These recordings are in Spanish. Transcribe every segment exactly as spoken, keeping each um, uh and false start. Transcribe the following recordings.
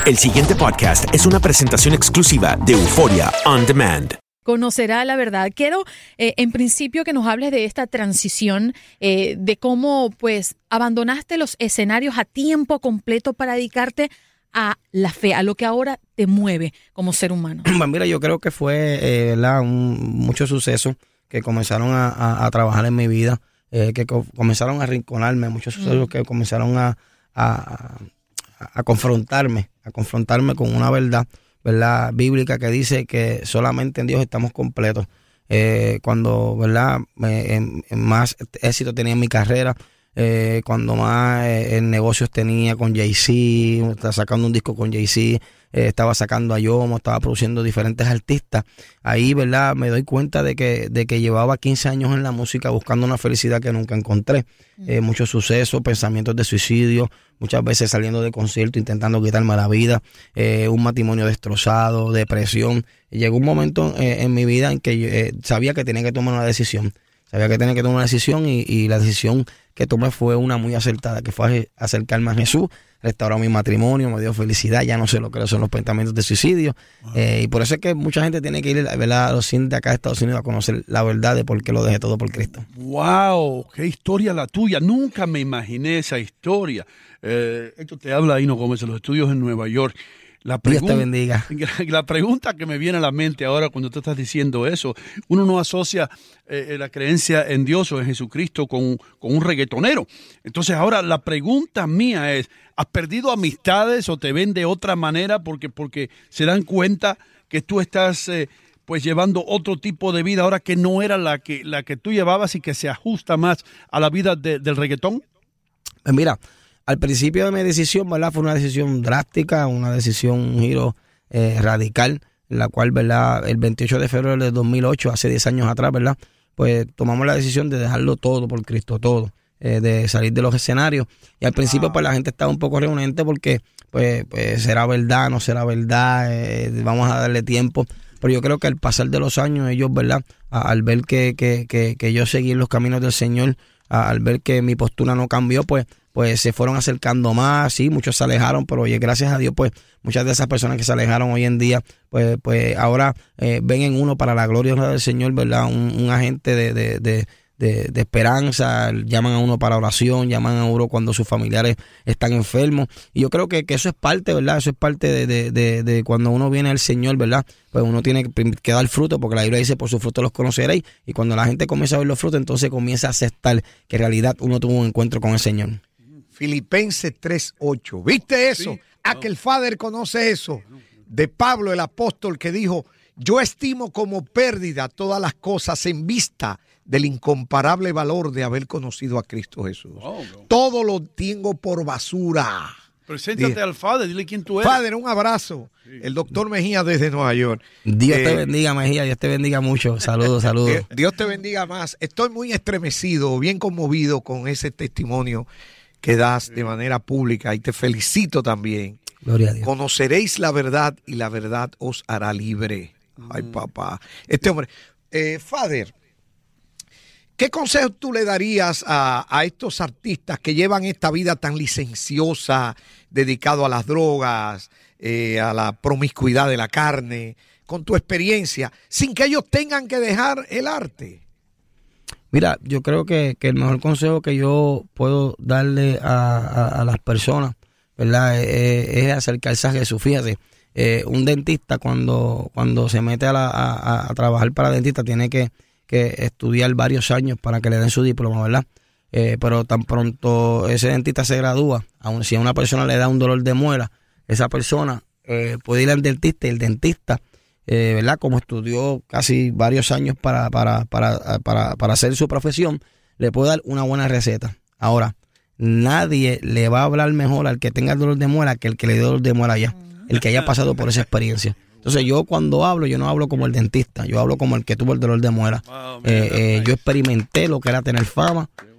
El siguiente podcast es una presentación exclusiva de Euforia On Demand. Conocerá la verdad. Quiero, eh, en principio, que nos hables de esta transición, eh, de cómo, pues, abandonaste los escenarios a tiempo completo para dedicarte a la fe, a lo que ahora te mueve como ser humano. Pues mira, yo creo que fue, eh, ¿verdad? Un, muchos sucesos que comenzaron a, a, a trabajar en mi vida, eh, que co- comenzaron a arrinconarme, muchos sucesos mm. que comenzaron a, a, a confrontarme, a confrontarme con una verdad, ¿verdad? Bíblica que dice que solamente en Dios estamos completos. Eh, cuando, ¿verdad? Me, en, en más éxito tenía en mi carrera, eh, cuando más eh, en negocios tenía con Jay-Z, estaba sacando un disco con Jay-Z, eh, estaba sacando a Yomo, estaba produciendo diferentes artistas. Ahí, ¿verdad? Me doy cuenta de que, de que llevaba quince años en la música buscando una felicidad que nunca encontré. Eh, muchos sucesos, pensamientos de suicidio, muchas veces saliendo de concierto, intentando quitarme la vida, eh, un matrimonio destrozado, depresión. Llegó un momento eh, en mi vida en que eh, sabía que tenía que tomar una decisión. Sabía que tenía que tomar una decisión y, y la decisión que tomé fue una muy acertada, que fue acercarme a Jesús, restauró mi matrimonio, me dio felicidad, ya no sé lo que son los pensamientos de suicidio. Wow. Eh, y por eso es que mucha gente tiene que ir, ¿verdad?, a los cines de acá de Estados Unidos a conocer la verdad de por qué lo dejé todo por Cristo. ¡Wow! ¡Qué historia la tuya! Nunca me imaginé esa historia. Eh, esto te habla Hino Gómez en los estudios en Nueva York. La Dios te bendiga. La pregunta que me viene a la mente ahora cuando tú estás diciendo eso, uno no asocia eh, la creencia en Dios o en Jesucristo con, con un reggaetonero. Entonces ahora la pregunta mía es, ¿has perdido amistades o te ven de otra manera porque, porque se dan cuenta que tú estás eh, pues llevando otro tipo de vida ahora que no era la que, la que tú llevabas y que se ajusta más a la vida de, del reggaetón? Pues mira, al principio de mi decisión, ¿verdad? Fue una decisión drástica, una decisión, un giro eh, radical, en la cual, ¿verdad? El veintiocho de febrero de dos mil ocho, hace diez años atrás, ¿verdad? Pues tomamos la decisión de dejarlo todo por Cristo, todo, eh, de salir de los escenarios. Y al principio, wow. pues la gente estaba un poco reunente porque, pues, pues será verdad, no será verdad, eh, vamos a darle tiempo. Pero yo creo que al pasar de los años, ellos, ¿verdad? A, al ver que, que, que, que yo seguí en los caminos del Señor, a, al ver que mi postura no cambió, pues, pues se fueron acercando más, sí, muchos se alejaron, pero oye, gracias a Dios, pues muchas de esas personas que se alejaron hoy en día, pues pues ahora eh, ven en uno para la gloria del Señor, ¿verdad? Un, un agente de, de, de, de, de esperanza, llaman a uno para oración, llaman a uno cuando sus familiares están enfermos, y yo creo que, que eso es parte, ¿verdad? Eso es parte de, de, de, de cuando uno viene al Señor, ¿verdad? Pues uno tiene que dar fruto, porque la Biblia dice, por sus frutos los conoceréis, y cuando la gente comienza a ver los frutos, entonces comienza a aceptar que en realidad uno tuvo un encuentro con el Señor. Filipenses tres ocho. ¿Viste eso? Sí. Aquel Father conoce eso. De Pablo, el apóstol, que dijo, yo estimo como pérdida todas las cosas en vista del incomparable valor de haber conocido a Cristo Jesús. Oh, no. Todo lo tengo por basura. Preséntate Dile, al Father, dile quién tú eres. Father, un abrazo. Sí. El doctor Mejía desde Nueva York. Dios eh, te bendiga, Mejía, Dios te bendiga mucho. Saludos, saludos. Dios te bendiga más. Estoy muy estremecido, bien conmovido con ese testimonio que das de manera pública y te felicito también. Gloria a Dios. Conoceréis la verdad y la verdad os hará libre. Ay, papá. Este hombre, eh, Father, ¿qué consejo tú le darías a, a estos artistas que llevan esta vida tan licenciosa, dedicado a las drogas, eh, a la promiscuidad de la carne, con tu experiencia, sin que ellos tengan que dejar el arte? Mira, yo creo que, que el mejor consejo que yo puedo darle a, a, a las personas, ¿verdad? Es, es acercarse a Jesús. Fíjate, eh, un dentista cuando, cuando se mete a, la, a, a trabajar para dentista tiene que, que estudiar varios años para que le den su diploma, ¿verdad? Eh, pero tan pronto ese dentista se gradúa, aun si a una persona le da un dolor de muela, esa persona eh, puede ir al dentista y el dentista, Eh, ¿verdad? Como estudió casi varios años para, para, para, para, para hacer su profesión, le puede dar una buena receta. Ahora, nadie le va a hablar mejor al que tenga el dolor de muela que el que le dio dolor de muela ya, el que haya pasado por esa experiencia. Entonces yo cuando hablo, yo no hablo como el dentista, yo hablo como el que tuvo el dolor de muela. Eh, eh, yo experimenté lo que era tener fama,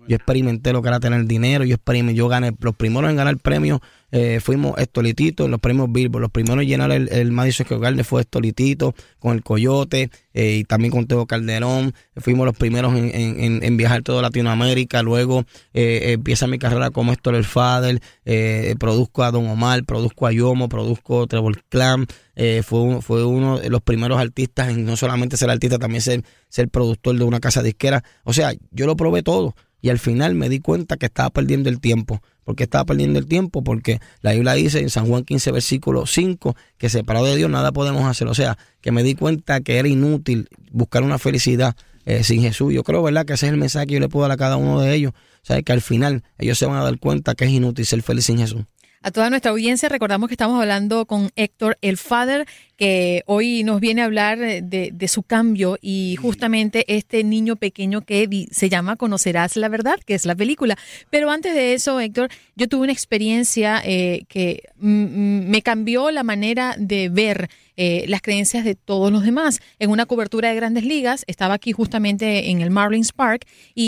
Yo experimenté lo que era tener dinero, yo experimenté, yo gané, los primeros en ganar premios eh, fuimos Estolitito en los premios Billboard, los primeros en llenar el, el Madison Square Garden fue Estolitito con el Coyote eh, y también con Tego Calderón, fuimos los primeros en, en, en viajar toda Latinoamérica, luego eh, empieza mi carrera como Héctor el Father, eh, produzco a Don Omar, produzco a Yomo, produzco Trevor Clan, eh, fue, un, fue uno de los primeros artistas en no solamente ser artista, también ser, ser productor de una casa disquera, o sea, yo lo probé todo. Y al final me di cuenta que estaba perdiendo el tiempo. ¿Por qué estaba perdiendo el tiempo? Porque la Biblia dice en San Juan quince, versículo cinco, que separado de Dios nada podemos hacer. O sea, que me di cuenta que era inútil buscar una felicidad eh, sin Jesús. Yo creo, ¿verdad?, que ese es el mensaje que yo le puedo dar a cada uno de ellos. O sea, que al final ellos se van a dar cuenta que es inútil ser feliz sin Jesús. A toda nuestra audiencia, recordamos que estamos hablando con Héctor el Father, que hoy nos viene a hablar de, de su cambio y justamente este niño pequeño que se llama Conocerás la Verdad, que es la película. Pero antes de eso, Héctor, yo tuve una experiencia eh, que mm, me cambió la manera de ver eh, las creencias de todos los demás. En una cobertura de Grandes Ligas, estaba aquí justamente en el Marlins Park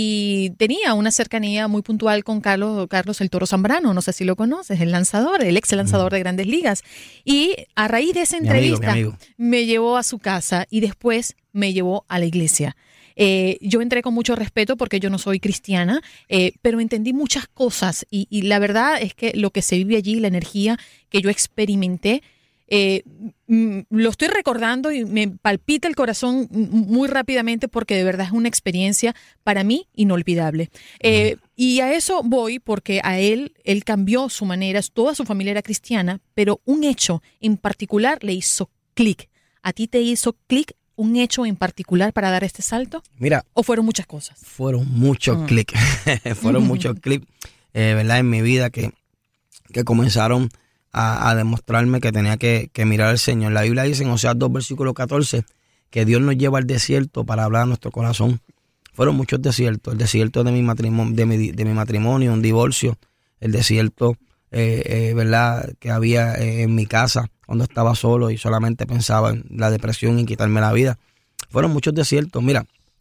y tenía una cercanía muy puntual con Carlos, Carlos el Toro Zambrano, no sé si lo conoces, el lanzador, el ex lanzador de Grandes Ligas. Y a raíz de esa entrevista, Mi amigo, mi amigo. me llevó a su casa y después me llevó a la iglesia. Eh, yo entré con mucho respeto porque yo no soy cristiana, eh, pero entendí muchas cosas y, y la verdad es que lo que se vive allí, la energía que yo experimenté, eh, mm, lo estoy recordando y me palpita el corazón muy rápidamente porque de verdad es una experiencia para mí inolvidable. Eh, y a eso voy porque a él, él cambió su manera, toda su familia era cristiana, pero un hecho en particular le hizo clic. ¿A ti te hizo clic un hecho en particular para dar este salto? Mira. ¿O fueron muchas cosas? Fueron muchos uh-huh. clics. fueron muchos clics, eh, ¿verdad? En mi vida que, que comenzaron a, a demostrarme que tenía que, que mirar al Señor. La Biblia dice en Oseas dos, versículo catorce, que Dios nos lleva al desierto para hablar a nuestro corazón. Fueron muchos desiertos. El desierto de mi matrimonio, de mi, de mi matrimonio, un divorcio. El desierto, eh, eh, ¿verdad?, que había eh, en mi casa cuando estaba solo y solamente pensaba en la depresión y quitarme la vida. Fueron muchos desiertos. Mira,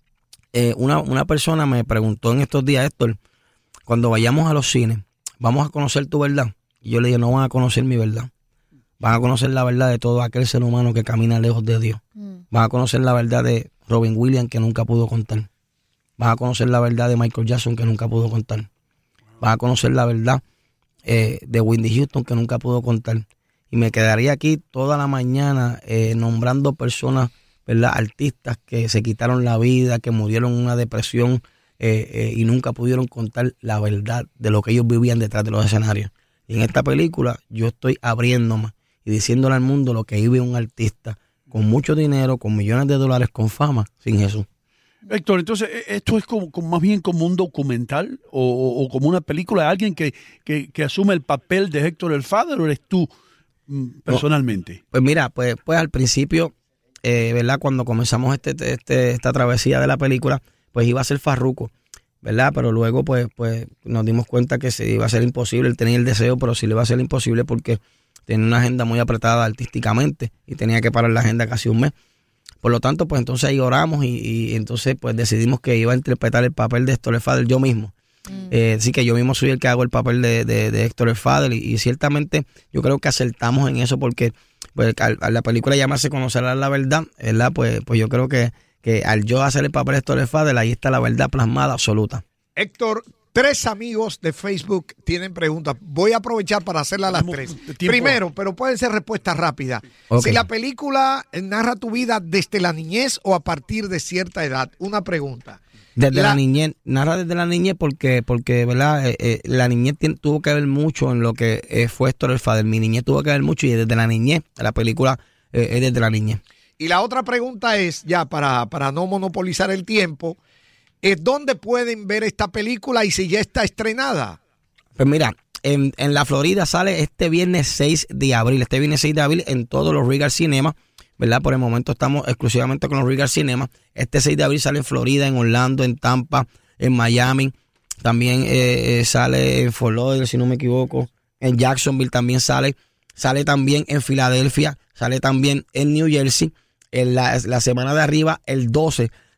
eh, una, una persona me preguntó en estos días, Héctor, cuando vayamos a los cines, ¿vamos a conocer tu verdad? Y yo le dije, no van a conocer mi verdad. Van a conocer la verdad de todo aquel ser humano que camina lejos de Dios. Mm. Van a conocer la verdad de Robin Williams, que nunca pudo contar. Van a conocer la verdad de Michael Jackson, que nunca pudo contar. Van a conocer la verdad eh, de Whitney Houston, que nunca pudo contar. Y me quedaría aquí toda la mañana eh, nombrando personas, ¿verdad?, artistas que se quitaron la vida, que murieron en una depresión eh, eh, y nunca pudieron contar la verdad de lo que ellos vivían detrás de los escenarios. Y en esta película yo estoy abriéndome y diciéndole al mundo lo que vive un artista con mucho dinero, con millones de dólares, con fama, sin Jesús. Héctor, entonces, ¿esto es como, como más bien como un documental o, o, o como una película de alguien que, que, que asume el papel de Héctor el Father, o eres tú personalmente? No, pues mira, pues, pues al principio, eh, ¿verdad?, cuando comenzamos este, este, esta travesía de la película, pues iba a ser Farruko, ¿verdad? Pero luego pues, pues nos dimos cuenta que se iba a ser imposible. Él tenía el deseo, pero sí le iba a ser imposible porque tenía una agenda muy apretada artísticamente y tenía que parar la agenda casi un mes. Por lo tanto, pues entonces ahí oramos y, y entonces pues decidimos que iba a interpretar el papel de Héctor el Father yo mismo. Mm. Eh, así que yo mismo soy el que hago el papel de, de, de Héctor el Father y, y ciertamente yo creo que acertamos en eso porque pues, al, a la película llamarse Conocerás la Verdad, ¿verdad? Pues, pues yo creo que, que al yo hacer el papel de Héctor el Father, ahí está la verdad plasmada absoluta. Héctor, tres amigos de Facebook tienen preguntas. Voy a aprovechar para hacerlas las tres. Primero, pero pueden ser respuestas rápidas. Okay. Si la película narra tu vida desde la niñez o a partir de cierta edad. Una pregunta. Desde la, la niñez, narra desde la niñez porque, porque ¿verdad? Eh, eh, la niñez tiene, tuvo que ver mucho en lo que eh, fue Héctor el Father. Mi niñez tuvo que ver mucho y desde la niñez, la película eh, es desde la niñez. Y la otra pregunta es, ya para, para no monopolizar el tiempo, ¿es dónde pueden ver esta película y si ya está estrenada? Pues mira, en, en la Florida sale este viernes seis de abril, este viernes seis de abril en todos los Regal Cinema, ¿verdad? Por el momento estamos exclusivamente con los Regal Cinema. Este seis de abril sale en Florida, en Orlando, en Tampa, en Miami. También eh, eh, sale en Fort Lauderdale, si no me equivoco. En Jacksonville también sale. Sale también en Filadelfia. Sale también en New Jersey. En la, la semana de arriba, el doce,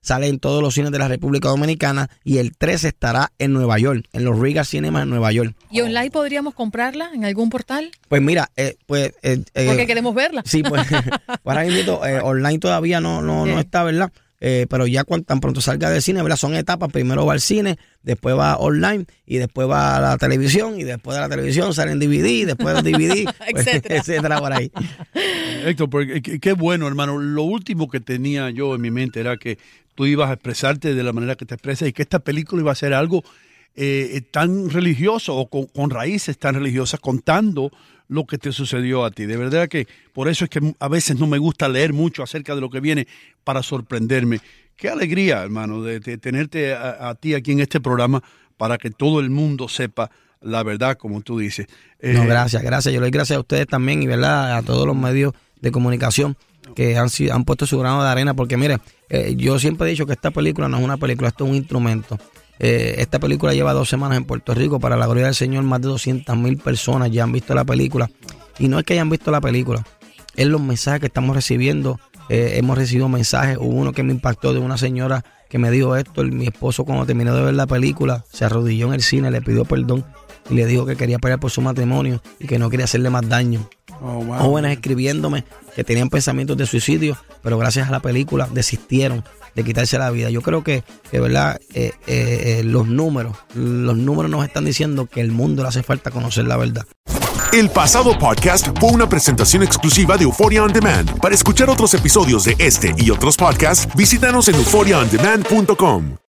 sale en todos los cines de la República Dominicana y el trece estará en Nueva York, en los Regal Cinemas en Nueva York. ¿Y online podríamos comprarla en algún portal? Pues mira, eh, pues... Eh, eh, Porque queremos verla. Sí, pues, pues ahora mismo eh, online todavía no, no, okay. no está, ¿verdad? Eh, pero ya cuando tan pronto salga del cine, ¿verdad? Son etapas, primero va al cine, después va online y después va a la televisión y después de la televisión salen D V D, después de los D V D, pues, etcétera. etcétera por ahí. Héctor, porque, qué bueno, hermano. Lo último que tenía yo en mi mente era que tú ibas a expresarte de la manera que te expresas y que esta película iba a ser algo eh, tan religioso o con, con raíces tan religiosas, contando lo que te sucedió a ti. De verdad que por eso es que a veces no me gusta leer mucho acerca de lo que viene para sorprenderme. Qué alegría, hermano, de, de tenerte a, a ti aquí en este programa para que todo el mundo sepa la verdad, como tú dices. Eh, no, gracias, gracias. Yo le doy gracias a ustedes también y verdad a todos los medios de comunicación que han, han puesto su grano de arena, porque mire, eh, yo siempre he dicho que esta película no es una película, esto es un instrumento. Eh, esta película lleva dos semanas en Puerto Rico. Para la gloria del Señor, más de doscientas mil personas ya han visto la película. Y no es que hayan visto la película, es los mensajes que estamos recibiendo. Eh, hemos recibido mensajes. Hubo uno que me impactó de una señora que me dijo esto: mi esposo, cuando terminó de ver la película, se arrodilló en el cine, le pidió perdón y le dijo que quería pelear por su matrimonio y que no quería hacerle más daño. Oh, wow. Jóvenes escribiéndome que tenían pensamientos de suicidio, pero gracias a la película desistieron de quitarse la vida. Yo creo que, de verdad, eh, eh, los números, los números nos están diciendo que el mundo le hace falta conocer la verdad. El pasado podcast fue una presentación exclusiva de Euphoria On Demand. Para escuchar otros episodios de este y otros podcasts, visítanos en euphoria on demand punto com.